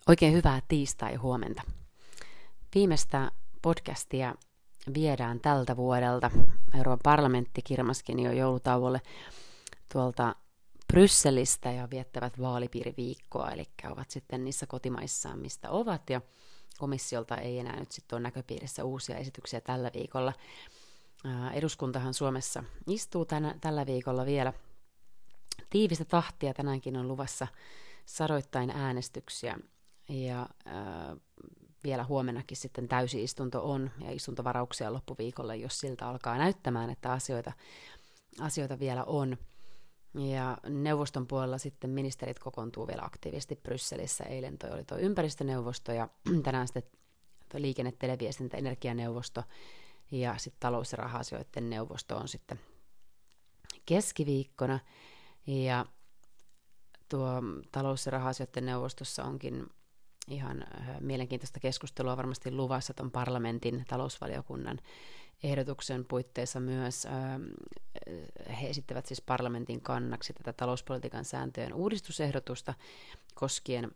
Oikein hyvää tiistai-huomenta. Viimeistä podcastia viedään tältä vuodelta. Euroopan parlamentti kirmaskin jo joulutauolle tuolta Brysselistä ja viettävät vaalipiiriviikkoa, eli ovat sitten niissä kotimaissaan, mistä ovat, ja komissiolta ei enää nyt sitten ole näköpiirissä uusia esityksiä tällä viikolla. Eduskuntahan Suomessa istuu tällä viikolla vielä tiivistä tahtia. Tänäänkin on luvassa sadoittain äänestyksiä. Ja vielä huomennakin sitten täysi-istunto on ja istuntovarauksia loppuviikolle, jos siltä alkaa näyttämään, että asioita vielä on. Ja neuvoston puolella sitten ministerit kokoontuu vielä aktiivisesti Brysselissä. Eilen oli tuo ympäristöneuvosto ja tänään sitten liikenne-, televiestintä-, energianeuvosto ja sitten talous- ja raha-asioiden neuvosto on sitten keskiviikkona. Ja tuo talous- ja raha-asioiden neuvostossa onkin ihan mielenkiintoista keskustelua varmasti luvassa tuon parlamentin talousvaliokunnan ehdotuksen puitteissa myös. He esittävät siis parlamentin kannaksi tätä talouspolitiikan sääntöjen uudistusehdotusta koskien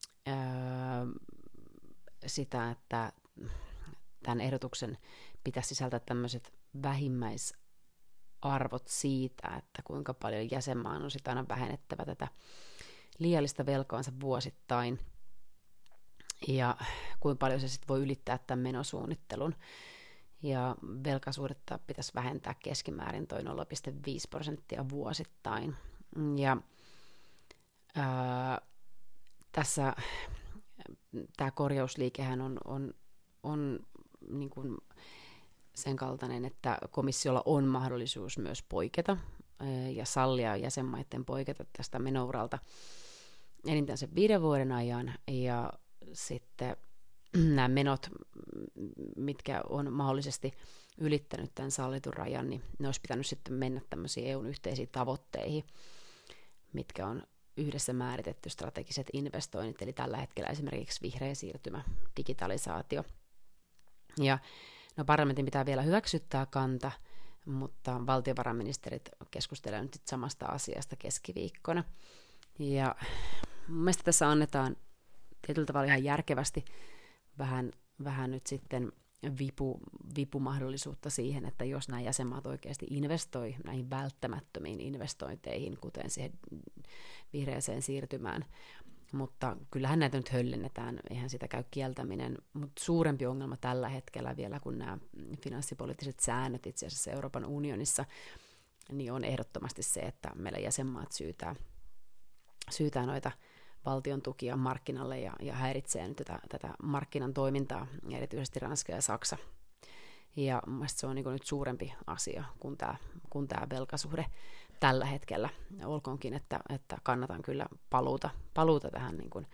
sitä, että tämän ehdotuksen pitäisi sisältää tämmöiset vähimmäisarvot siitä, että kuinka paljon jäsenmaan on sitten aina vähennettävä tätä liiallista velkaansa vuosittain, ja kuinka paljon se sitten voi ylittää tämän menosuunnittelun. Ja velkasuhdetta pitäisi vähentää keskimäärin toi 0,5% vuosittain. Ja tässä tämä korjausliikehän on niin kuin sen kaltainen, että komissiolla on mahdollisuus myös poiketa ja sallia jäsenmaiden poiketa tästä menouralta enintään sen 5 vuoden ajan, ja sitten nämä menot, mitkä on mahdollisesti ylittänyt tämän sallitun rajan, niin ne olisi pitänyt sitten mennä tämmöisiin EUn yhteisiin tavoitteihin, mitkä on yhdessä määritetty strategiset investoinnit, eli tällä hetkellä esimerkiksi vihreä siirtymä, digitalisaatio. Ja no, parlamentin pitää vielä hyväksyttää kanta, mutta valtiovarainministerit keskustelevat nyt samasta asiasta keskiviikkona. Ja mun mielestä tässä annetaan tietyllä tavalla ihan järkevästi vähän nyt sitten vipumahdollisuutta siihen, että jos nämä jäsenmaat oikeasti investoi näihin välttämättömiin investointeihin, kuten siihen vihreäseen siirtymään, mutta kyllähän näitä nyt höllennetään, eihän sitä käy kieltäminen, mutta suurempi ongelma tällä hetkellä vielä kuin nämä finanssipoliittiset säännöt itse asiassa Euroopan unionissa, niin on ehdottomasti se, että meillä jäsenmaat syytää noita valtion tukia markkinalle ja häiritsee nyt tätä markkinan toimintaa, erityisesti Ranska ja Saksa. Ja mielestäni se on niin nyt suurempi asia kuin tämä velkasuhde tällä hetkellä. Olkoonkin, että kannatan kyllä paluuta tähän niin kuin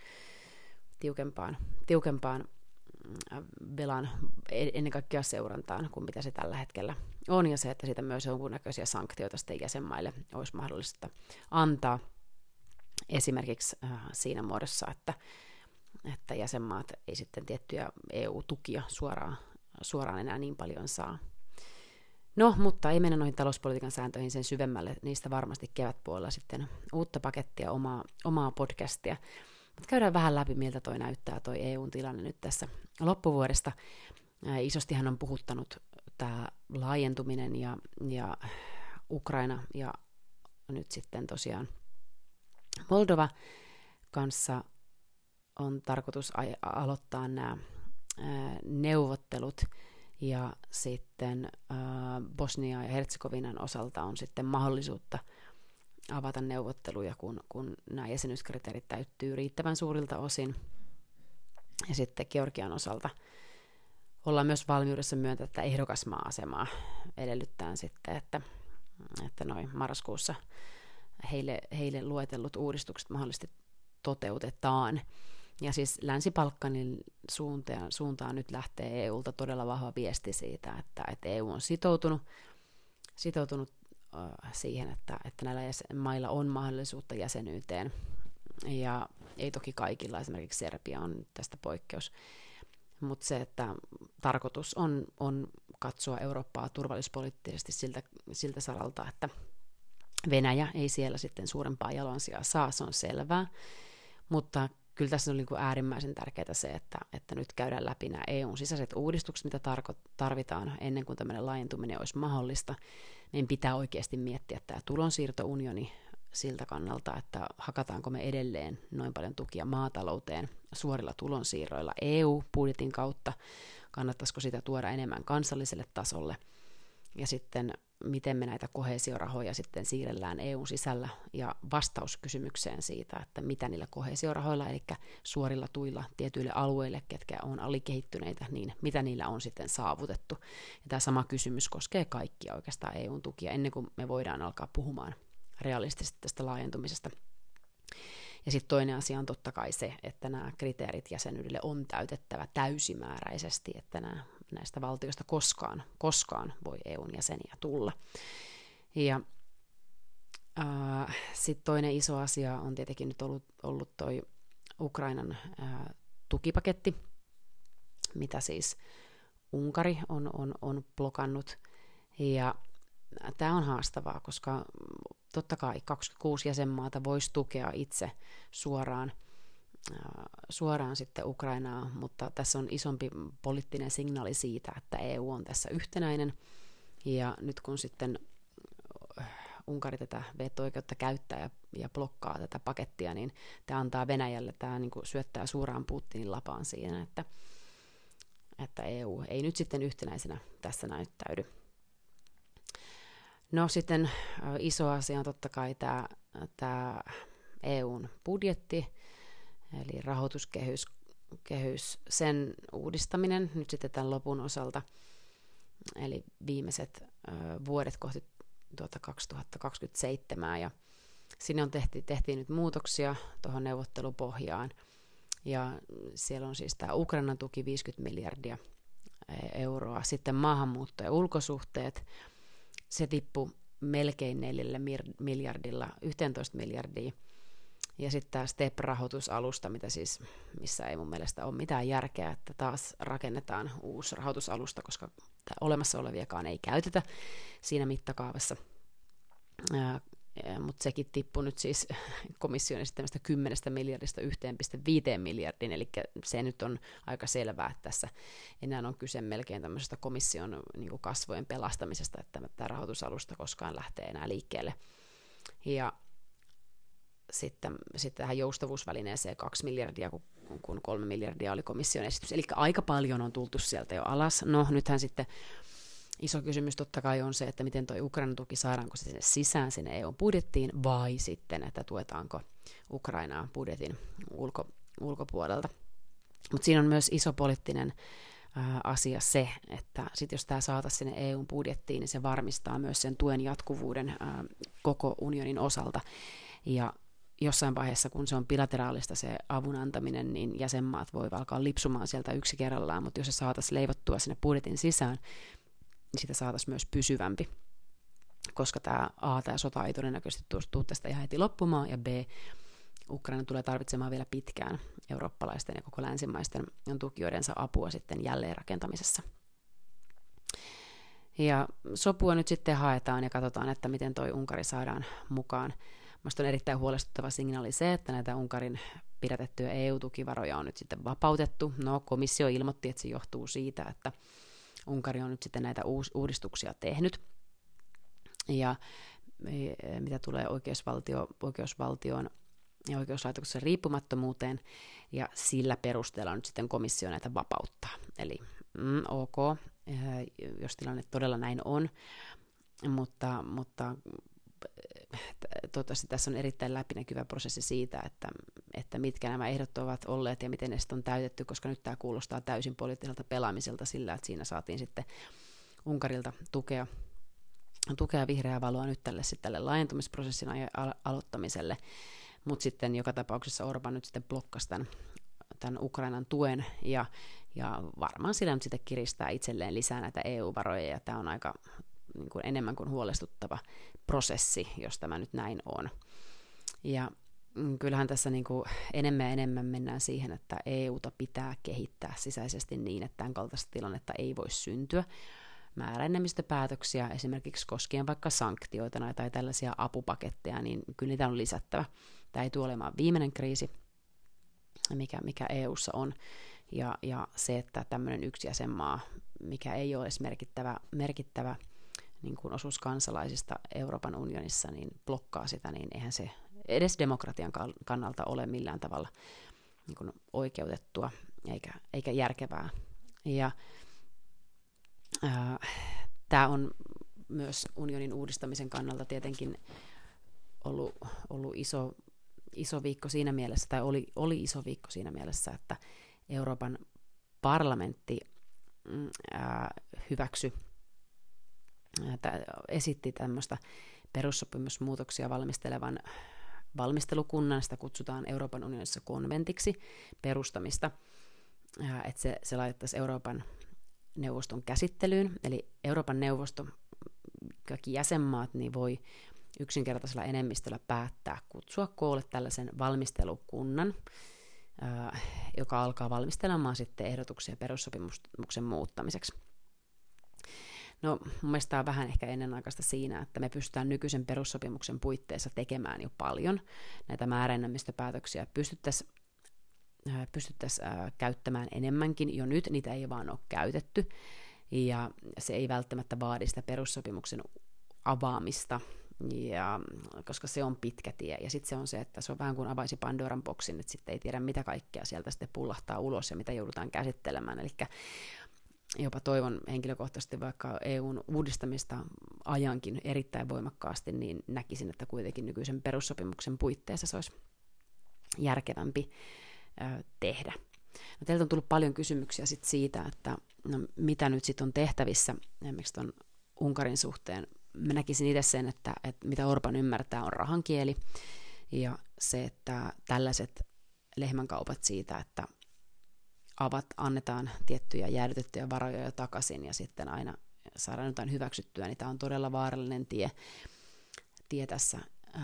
tiukempaan velan ennen kaikkea seurantaan, kuin mitä se tällä hetkellä on, ja se, että siitä myös jonkunnäköisiä sanktioita sitten jäsenmaille olisi mahdollista antaa. Esimerkiksi siinä muodossa, että jäsenmaat ei sitten tiettyjä EU-tukia suoraan enää niin paljon saa. No, mutta ei mennä noihin talouspolitiikan sääntöihin sen syvemmälle. Niistä varmasti kevätpuolella sitten uutta pakettia, omaa podcastia. Mutta käydään vähän läpi, miltä toi näyttää toi EUn tilanne nyt tässä loppuvuodesta. Isostihan on puhuttanut tämä laajentuminen ja Ukraina ja nyt sitten tosiaan Moldova kanssa on tarkoitus aloittaa nämä neuvottelut, ja sitten Bosnia ja Hertsegovinan osalta on sitten mahdollisuutta avata neuvotteluja, kun nämä jäsenyyskriteerit täyttyy riittävän suurilta osin. Ja sitten Georgian osalta ollaan myös valmiudessa myöntää tätä ehdokasmaa-asemaa edellyttäen sitten, että noin marraskuussa heille luetellut uudistukset mahdollisesti toteutetaan. Ja siis Länsi-Balkanin suuntaan nyt lähtee EUlta todella vahva viesti siitä, että EU on sitoutunut siihen, että näillä mailla on mahdollisuutta jäsenyyteen. Ja ei toki kaikilla, esimerkiksi Serbia on tästä poikkeus. Mutta se, että tarkoitus on katsoa Eurooppaa turvallisuuspoliittisesti siltä saralta, että Venäjä ei siellä sitten suurempaa jalansijaa saa, se on selvää, mutta kyllä tässä on niin kuin äärimmäisen tärkeää se, että nyt käydään läpi nämä EUn sisäiset uudistukset, mitä tarvitaan ennen kuin tämmöinen laajentuminen olisi mahdollista. Meidän pitää oikeasti miettiä tämä tulonsiirtounioni siltä kannalta, että hakataanko me edelleen noin paljon tukia maatalouteen suorilla tulonsiirroilla EU-budjetin kautta, kannattaisiko sitä tuoda enemmän kansalliselle tasolle, ja sitten miten me näitä koheesiorahoja sitten siirrellään EUn sisällä, ja vastaus kysymykseen siitä, että mitä niillä koheesiorahoilla, eli suorilla tuilla tietyille alueille, ketkä on alikehittyneitä, niin mitä niillä on sitten saavutettu. Ja tämä sama kysymys koskee kaikkia oikeastaan EUn tukia, ennen kuin me voidaan alkaa puhumaan realistisesti tästä laajentumisesta. Ja sitten toinen asia on totta kai se, että nämä kriteerit jäsenyydelle on täytettävä täysimääräisesti, että näistä valtioista koskaan voi EUn jäseniä tulla. Ja sitten toinen iso asia on tietenkin nyt ollut toi Ukrainan tukipaketti, mitä siis Unkari on blokannut. Ja tämä on haastavaa, koska totta kai 26 jäsenmaata voisi tukea itse suoraan sitten Ukrainaa, mutta tässä on isompi poliittinen signaali siitä, että EU on tässä yhtenäinen, ja nyt kun sitten Unkari tätä veto-oikeutta käyttää ja blokkaa tätä pakettia, niin tämä antaa Venäjälle, tämä niin kuin syöttää suoraan Putinin lapaan siinä, että EU ei nyt sitten yhtenäisenä tässä näyttäydy. No sitten iso asia on totta kai tämä EUn budjetti, eli rahoituskehys, sen uudistaminen nyt sitten tämän lopun osalta, eli viimeiset vuodet kohti 2027, ja sinne tehtiin nyt muutoksia tuohon neuvottelupohjaan, ja siellä on siis tämä Ukrainan tuki 50 miljardia euroa, sitten maahanmuutto ja ulkosuhteet, se tippui melkein 4 miljardilla, 11 miljardia. Ja sitten tämä STEP-rahoitusalusta, missä ei mun mielestä ole mitään järkeä, että taas rakennetaan uusi rahoitusalusta, koska olemassa oleviakaan ei käytetä siinä mittakaavassa. Mutta sekin tippui nyt siis komission esittämästä 10 miljardista 1,5 miljardiin, eli se nyt on aika selvää, että tässä enää on kyse melkein tämmöisestä komission niin kuin kasvojen pelastamisesta, että tämä rahoitusalusta koskaan lähtee enää liikkeelle. Ja sitten tähän joustavuusvälineeseen 2 miljardia, kun 3 miljardia oli komission esitys, eli aika paljon on tultu sieltä jo alas. No nythän sitten iso kysymys totta kai on se, että miten tuo Ukrainan tuki saadaanko se sisään sinne EU-budjettiin, vai sitten, että tuetaanko Ukrainaa budjetin ulkopuolelta. Mutta siinä on myös iso poliittinen asia se, että sit jos tämä saataisiin sinne EU-budjettiin, niin se varmistaa myös sen tuen jatkuvuuden koko unionin osalta. Ja jossain vaiheessa, kun se on bilateraalista se avun antaminen, niin jäsenmaat voi alkaa lipsumaan sieltä yksi kerrallaan, mutta jos se saataisiin leivottua sinne budjetin sisään, niin siitä saataisiin myös pysyvämpi, koska tämä sota ei todennäköisesti tule tästä ihan heti loppumaan, ja B, Ukraina tulee tarvitsemaan vielä pitkään eurooppalaisten ja koko länsimaisten tukijoidensa apua sitten jälleenrakentamisessa. Ja sopua nyt sitten haetaan ja katsotaan, että miten toi Unkari saadaan mukaan. Minusta on erittäin huolestuttava signaali se, että näitä Unkarin pidätettyjä EU-tukivaroja on nyt sitten vapautettu. No, komissio ilmoitti, että se johtuu siitä, että Unkari on nyt sitten näitä uudistuksia tehnyt. Ja mitä tulee oikeusvaltioon ja oikeuslaitoksen riippumattomuuteen, ja sillä perusteella nyt sitten komissio näitä vapauttaa. Eli ok, jos tilanne todella näin on, mutta toivottavasti tässä on erittäin läpinäkyvä prosessi siitä, että mitkä nämä ehdot ovat olleet ja miten ne sitten on täytetty, koska nyt tämä kuulostaa täysin poliittiselta pelaamiselta sillä, että siinä saatiin sitten Unkarilta tukea vihreää valoa nyt tälle laajentumisprosessin aloittamiselle, mutta sitten joka tapauksessa Orban nyt sitten blokkasi tämän Ukrainan tuen, ja varmaan sillä nyt sitten kiristää itselleen lisää näitä EU-varoja, ja tämä on aika niin kuin enemmän kuin huolestuttava prosessi, jos tämä nyt näin on. Ja kyllähän tässä niin kuin enemmän ja enemmän mennään siihen, että EUta pitää kehittää sisäisesti niin, että tämän kaltaista tilannetta ei voi syntyä. Määräenemmistöpäätöksiä esimerkiksi koskien vaikka sanktioita tai tällaisia apupaketteja, niin kyllä niitä on lisättävä. Tämä ei tule olemaan viimeinen kriisi, mikä EU:ssa on. Ja se, että tämmöinen yksi jäsenmaa, mikä ei ole edes merkittävä niin kuin osuus kansalaisista Euroopan unionissa, niin blokkaa sitä, niin eihän se edes demokratian kannalta ole millään tavalla niin kuin oikeutettua eikä järkevää. Ja tämä on myös unionin uudistamisen kannalta tietenkin ollut iso viikko siinä mielessä, tai oli iso viikko siinä mielessä, että Euroopan parlamentti esitti tämmöistä perussopimusmuutoksia valmistelevan valmistelukunnan, sitä kutsutaan Euroopan unionissa konventiksi perustamista, että se laitettaisiin Euroopan neuvoston käsittelyyn, eli Euroopan neuvosto, kaikki jäsenmaat, niin voi yksinkertaisella enemmistöllä päättää kutsua koolle tällaisen valmistelukunnan, joka alkaa valmistelemaan sitten ehdotuksia perussopimuksen muuttamiseksi. No, mun mielestä tämä on vähän ehkä ennenaikaista siinä, että me pystytään nykyisen perussopimuksen puitteissa tekemään jo paljon näitä määräenemmistöpäätöksiä. Pystyttäisiin käyttämään enemmänkin jo nyt, niitä ei vaan ole käytetty, ja se ei välttämättä vaadi sitä perussopimuksen avaamista, koska se on pitkä tie, ja sitten se on se, että se on vähän kuin avaisi Pandoran boksin, että sitten ei tiedä mitä kaikkea sieltä sitten pullahtaa ulos ja mitä joudutaan käsittelemään, eli jopa toivon henkilökohtaisesti, vaikka EUn uudistamista ajankin erittäin voimakkaasti, niin näkisin, että kuitenkin nykyisen perussopimuksen puitteissa se olisi järkevämpi tehdä. No, teiltä on tullut paljon kysymyksiä sit siitä, että no, mitä nyt sitten on tehtävissä esimerkiksi tuon Unkarin suhteen. Mä näkisin itse sen, että mitä Orban ymmärtää on rahankieli, ja se, että tällaiset lehmänkaupat siitä, että annetaan tiettyjä jäädytettyjä varoja jo takaisin ja sitten aina saadaan jotain hyväksyttyä, niin tämä on todella vaarallinen tie tässä.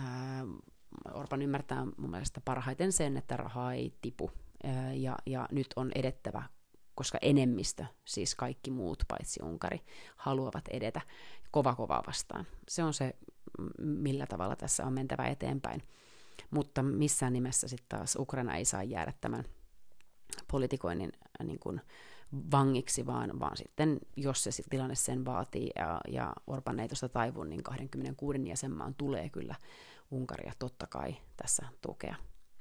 Orban ymmärtää mun mielestä parhaiten sen, että rahaa ei tipu, ja nyt on edettävä, koska enemmistö, siis kaikki muut paitsi Unkari, haluavat edetä kovaa vastaan. Se on se, millä tavalla tässä on mentävä eteenpäin. Mutta missään nimessä sitten taas Ukraina ei saa jäädä tämän politikoinnin niin kuin vangiksi, vaan sitten, jos se tilanne sen vaatii ja Orban ei tuosta taivu, niin 26 jäsenmaan tulee kyllä Unkaria totta kai tässä tukea.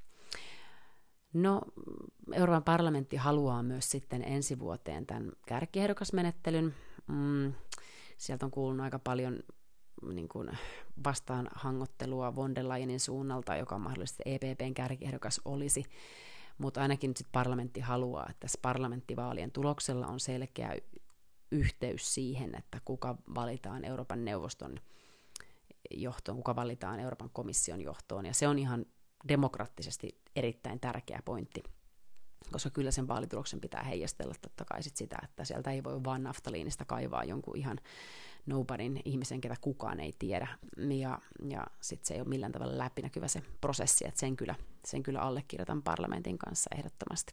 No, Euroopan parlamentti haluaa myös sitten ensi vuoteen tämän kärkiehdokasmenettelyn. Sieltä on kuulunut aika paljon niin kuin vastaanhangottelua von der Leyenin suunnalta, joka mahdollisesti EPPn kärkiehdokas olisi. Mutta ainakin sit parlamentti haluaa, että tässä parlamenttivaalien tuloksella on selkeä yhteys siihen, että kuka valitaan Euroopan neuvoston johtoon, kuka valitaan Euroopan komission johtoon. Ja se on ihan demokraattisesti erittäin tärkeä pointti, koska kyllä sen vaalituloksen pitää heijastella totta kai sitä, että sieltä ei voi vaan naftaliinista kaivaa jonkun ihan nobodyn ihmisen, ketä kukaan ei tiedä. Ja sitten se ei ole millään tavalla läpinäkyvä se prosessi, että sen kyllä allekirjoitan parlamentin kanssa ehdottomasti.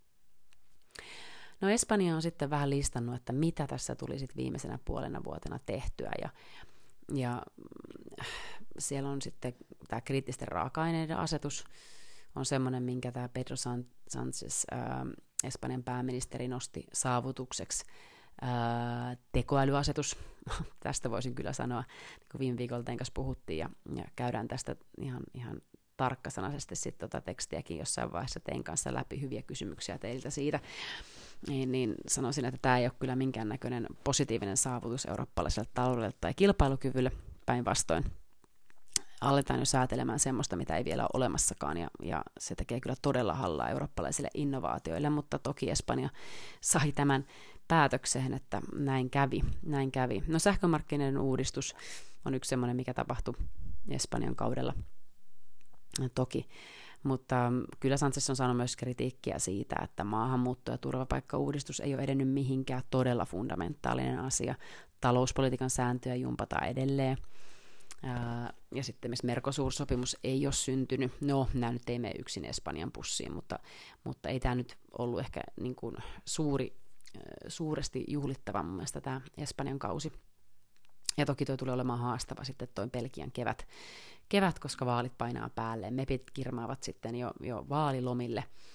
No, Espanja on sitten vähän listannut, että mitä tässä tuli sitten viimeisenä puolena vuotena tehtyä, ja siellä on sitten tämä kriittisten raaka-aineiden asetus, on semmoinen, minkä tämä Pedro Sánchez, Espanjan pääministeri, nosti saavutukseksi. Tekoälyasetus, tästä voisin kyllä sanoa, kun viime viikolla teidän kanssa puhuttiin, ja käydään tästä ihan tarkkasanaisesti sitten tekstiäkin jossain vaiheessa teidän kanssa läpi, hyviä kysymyksiä teiltä siitä, niin sanoisin, että tämä ei ole kyllä minkäännäköinen positiivinen saavutus eurooppalaiselle taloudelle tai kilpailukyvylle, päinvastoin. Aletaan jo säätelemään semmoista, mitä ei vielä ole olemassakaan, ja se tekee kyllä todella hallaa eurooppalaisille innovaatioille, mutta toki Espanja sai tämän päätökseen, että näin kävi. No, sähkömarkkinoiden uudistus on yksi semmoinen, mikä tapahtui Espanjan kaudella toki, mutta kyllä Sánchez on saanut myös kritiikkiä siitä, että maahanmuutto- ja turvapaikkauudistus ei ole edennyt mihinkään, todella fundamentaalinen asia. Talouspolitiikan sääntöjä jumpataan edelleen. Ja sitten myös Mercosur-sopimus ei ole syntynyt. No, nämä nyt ei mene yksin Espanjan pussiin, mutta ei tämä nyt ollut ehkä niin kuin suuresti juhlittava mun mielestä tämä Espanjan kausi. Ja toki tuo tulee olemaan haastava sitten toi Belgian kevät, koska vaalit painaa päälle. Mepit kirmaavat sitten jo vaalilomille.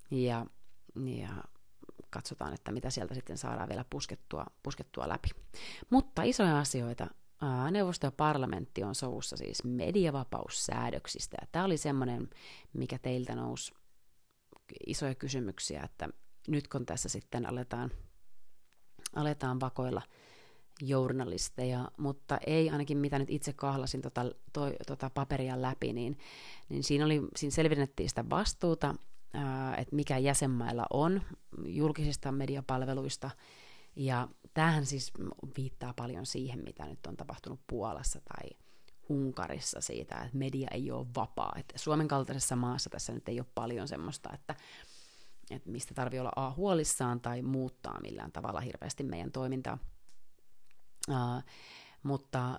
ja katsotaan, että mitä sieltä sitten saadaan vielä puskettua läpi. Mutta isoja asioita. Neuvosto ja parlamentti on sovussa siis mediavapaussäädöksistä. Ja tämä oli semmoinen, mikä teiltä nousi isoja kysymyksiä, että nyt kun tässä sitten aletaan vakoilla journalisteja, mutta ei ainakin mitä nyt itse kahlasin paperia läpi, niin siinä selvennettiin sitä vastuuta, että mikä jäsenmailla on julkisista mediapalveluista, ja tämähän siis viittaa paljon siihen, mitä nyt on tapahtunut Puolassa tai Unkarissa siitä, että media ei ole vapaa. Että Suomen kaltaisessa maassa tässä nyt ei ole paljon semmoista, että mistä tarvitsee olla huolissaan tai muuttaa millään tavalla hirveästi meidän toimintaa. Mutta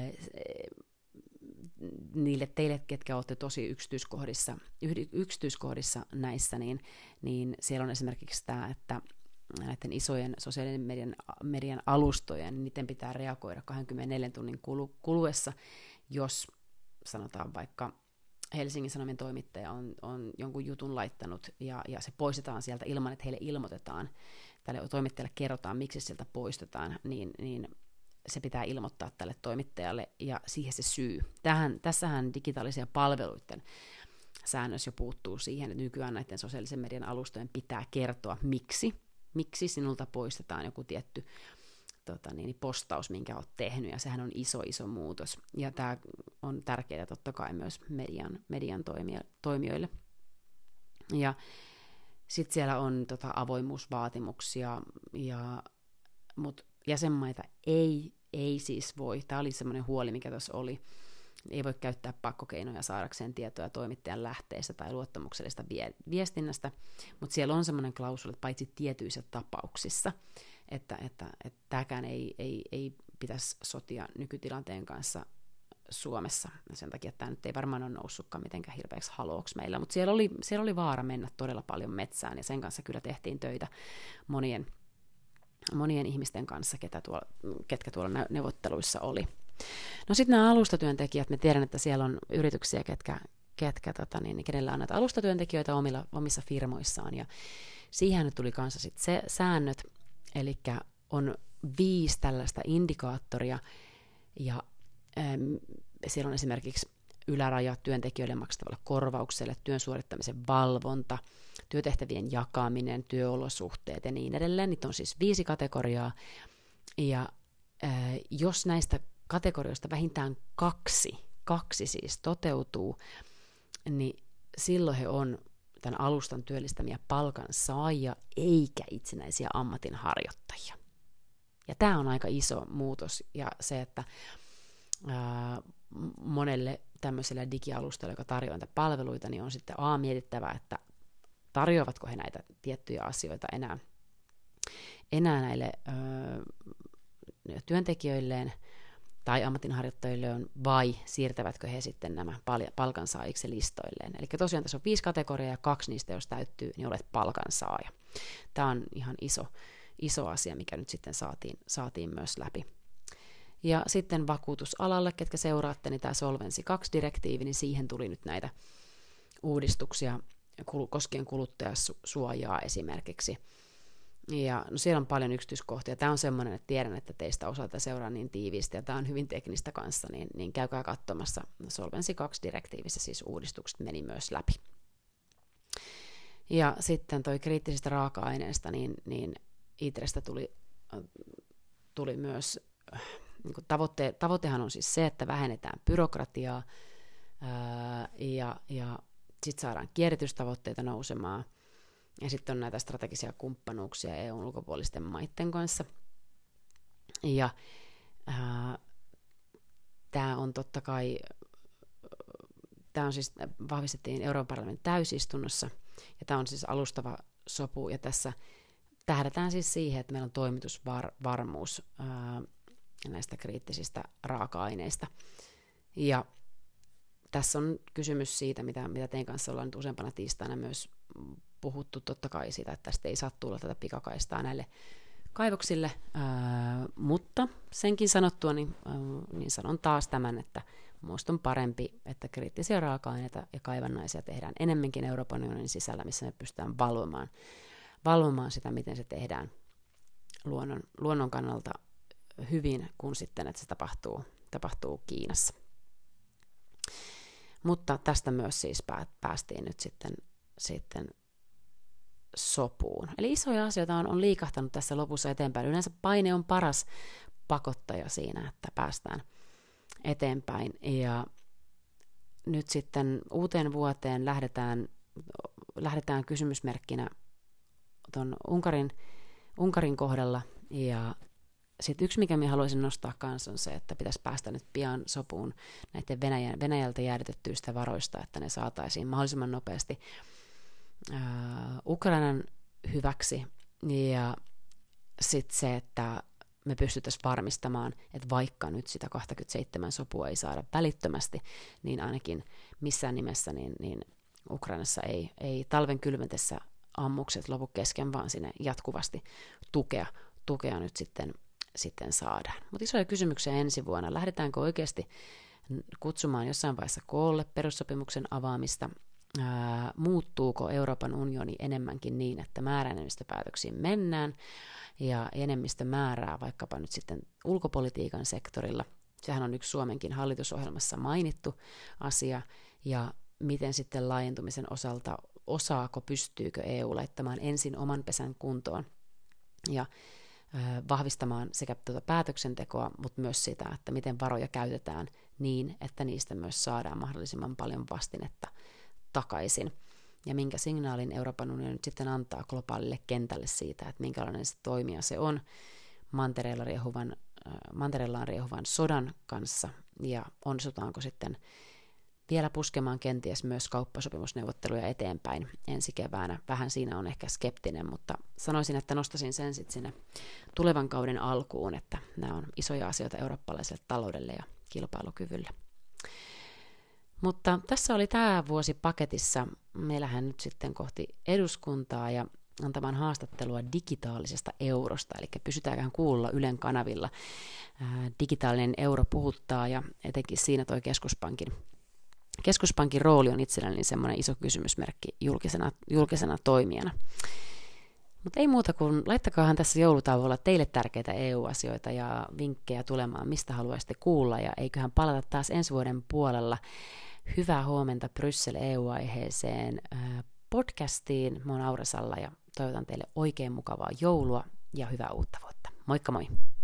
niille teille, ketkä olette tosi yksityiskohdissa näissä, niin siellä on esimerkiksi tämä, että näiden isojen sosiaalisen median alustojen, niin niiden pitää reagoida 24 tunnin kuluessa, jos sanotaan vaikka Helsingin Sanomien toimittaja on jonkun jutun laittanut ja se poistetaan sieltä ilman, että heille ilmoitetaan, tälle toimittajalle kerrotaan, miksi sieltä poistetaan, niin se pitää ilmoittaa tälle toimittajalle ja siihen se syy. Tässähän digitaalisia palveluiden säännös jo puuttuu siihen, että nykyään näiden sosiaalisen median alustojen pitää kertoa, miksi sinulta poistetaan joku tietty postaus, minkä olet tehnyt, ja sehän on iso muutos. Ja tämä on tärkeää totta kai myös median toimijoille. Ja sitten siellä on avoimuusvaatimuksia, mutta jäsenmaita ei siis voi, tämä oli semmoinen huoli, mikä tuossa oli, ei voi käyttää pakkokeinoja saadakseen tietoa toimittajan lähteestä tai luottamuksellisesta viestinnästä, mutta siellä on semmoinen klausuli, että paitsi tietyissä tapauksissa, että tämäkään ei pitäisi sotia nykytilanteen kanssa Suomessa. Sen takia tämä nyt ei varmaan ole noussutkaan mitenkään hirveäksi halooksi meillä, mutta siellä oli vaara mennä todella paljon metsään, ja sen kanssa kyllä tehtiin töitä monien ihmisten kanssa, ketkä tuolla neuvotteluissa oli. No sitten nämä alustatyöntekijät, me tiedän, että siellä on yrityksiä, kenellä on näitä alustatyöntekijöitä omissa firmoissaan, ja siihen nyt tuli kanssa sitten se säännöt, eli on 5 tällaista indikaattoria, ja siellä on esimerkiksi yläraja työntekijöille maksettavalle korvaukselle, työn suorittamisen valvonta, työtehtävien jakaminen, työolosuhteet ja niin edelleen. Niitä on siis 5 kategoriaa, ja jos näistä kategorioista vähintään kaksi siis toteutuu, niin silloin he on tämän alustan työllistämiä palkansaajia eikä itsenäisiä ammatinharjoittajia. Ja tämä on aika iso muutos, ja se, että monelle tämmöiselle digialustalle, joka tarjoaa näitä palveluita, niin on sitten mietittävä, että tarjoavatko he näitä tiettyjä asioita enää näille työntekijöilleen tai ammatinharjoittajilleen, vai siirtävätkö he sitten nämä palkansaajiksi listoilleen. Eli tosiaan tässä on 5 kategoriaa, ja 2 niistä, jos täyttyy, niin olet palkansaaja. Tämä on ihan iso asia, mikä nyt sitten saatiin myös läpi. Ja sitten vakuutusalalle, ketkä seuraatte, niin tämä Solvency 2-direktiivi, niin siihen tuli nyt näitä uudistuksia koskien kuluttajasuojaa esimerkiksi. Ja no siellä on paljon yksityiskohtia. Tämä on semmoinen, että tiedän, että teistä osalta seuraa niin tiiviisti, ja tämä on hyvin teknistä kanssa, niin käykää katsomassa. Solvency 2-direktiivissä siis uudistukset meni myös läpi. Ja sitten toi kriittisistä raaka-aineista, niin ITREstä tuli myös, niin kuin tavoitehan on siis se, että vähennetään byrokratiaa, ja sitten saadaan kierrätystavoitteita nousemaan. Ja sitten on näitä strategisia kumppanuuksia EU:n ulkopuolisten maiden kanssa. Ja tämä on totta kai, tämä on siis vahvistettiin Euroopan parlamentin täysistunnossa, ja tämä on siis alustava sopu, ja tässä tähdätään siis siihen, että meillä on toimitusvarmuus näistä kriittisistä raaka-aineista. Ja tässä on kysymys siitä, mitä teidän kanssa ollaan nyt useampana tiistaina myös puhuttu, totta kai siitä, että tästä ei saa tulla tätä pikakaistaa näille kaivoksille, mutta senkin sanottua, niin sanon taas tämän, että Minusta on parempi, että kriittisiä raaka-aineita ja kaivannaisia tehdään enemmänkin Euroopan unionin sisällä, missä me pystytään valvomaan sitä, miten se tehdään luonnon kannalta hyvin, kun sitten, että se tapahtuu Kiinassa. Mutta tästä myös siis päästiin nyt sitten sopuun. Eli isoja asioita on liikahtanut tässä lopussa eteenpäin. Yleensä paine on paras pakottaja siinä, että päästään eteenpäin. Ja nyt sitten uuteen vuoteen lähdetään kysymysmerkkinä tuon Unkarin kohdalla. Ja sitten yksi, mikä minä haluaisin nostaa kanssa, on se, että pitäisi päästä nyt pian sopuun näiden Venäjältä jäädytettyistä varoista, että ne saataisiin mahdollisimman nopeasti Ukrainan hyväksi. Ja sitten se, että me pystyttäisiin varmistamaan, että vaikka nyt sitä 27 sopua ei saada välittömästi, niin ainakin missään nimessä niin Ukrainassa ei talven kylmetessä ammukset lopu kesken, vaan sinne jatkuvasti tukea nyt sitten saadaan. Mutta isoja kysymyksiä ensi vuonna. Lähdetäänkö oikeasti kutsumaan jossain vaiheessa koolle perussopimuksen avaamista? Muuttuuko Euroopan unioni enemmänkin niin, että määräenemmistöpäätöksiin mennään ja enemmistö määrää vaikkapa nyt sitten ulkopolitiikan sektorilla. Sehän on yksi Suomenkin hallitusohjelmassa mainittu asia, ja miten sitten laajentumisen osalta pystyykö EU laittamaan ensin oman pesän kuntoon ja vahvistamaan sekä päätöksentekoa, mutta myös sitä, että miten varoja käytetään niin, että niistä myös saadaan mahdollisimman paljon vastinetta takaisin. Ja minkä signaalin Euroopan unioni nyt sitten antaa globaalille kentälle siitä, että minkälainen se toimija se on mantereellaan riehuvan sodan kanssa, ja onnistutaanko sitten vielä puskemaan kenties myös kauppasopimusneuvotteluja eteenpäin ensi keväänä. Vähän siinä on ehkä skeptinen, mutta sanoisin, että nostaisin sen sitten sinne tulevan kauden alkuun, että nämä on isoja asioita eurooppalaiselle taloudelle ja kilpailukyvylle. Mutta tässä oli tämä vuosi paketissa. Meillähän nyt sitten kohti eduskuntaa ja antamaan haastattelua digitaalisesta eurosta, eli pysytäänkään kuulla Ylen kanavilla. Digitaalinen euro puhuttaa, ja etenkin siinä toi keskuspankin rooli on itselläni semmoinen iso kysymysmerkki julkisena toimijana. Mutta ei muuta kuin laittakaahan tässä joulutauolla teille tärkeitä EU-asioita ja vinkkejä tulemaan, mistä haluaisitte kuulla, ja eiköhän palata taas ensi vuoden puolella. Hyvää huomenta Bryssel EU-aiheeseen podcastiin. Mä oon Aura Salla ja toivotan teille oikein mukavaa joulua ja hyvää uutta vuotta. Moikka moi!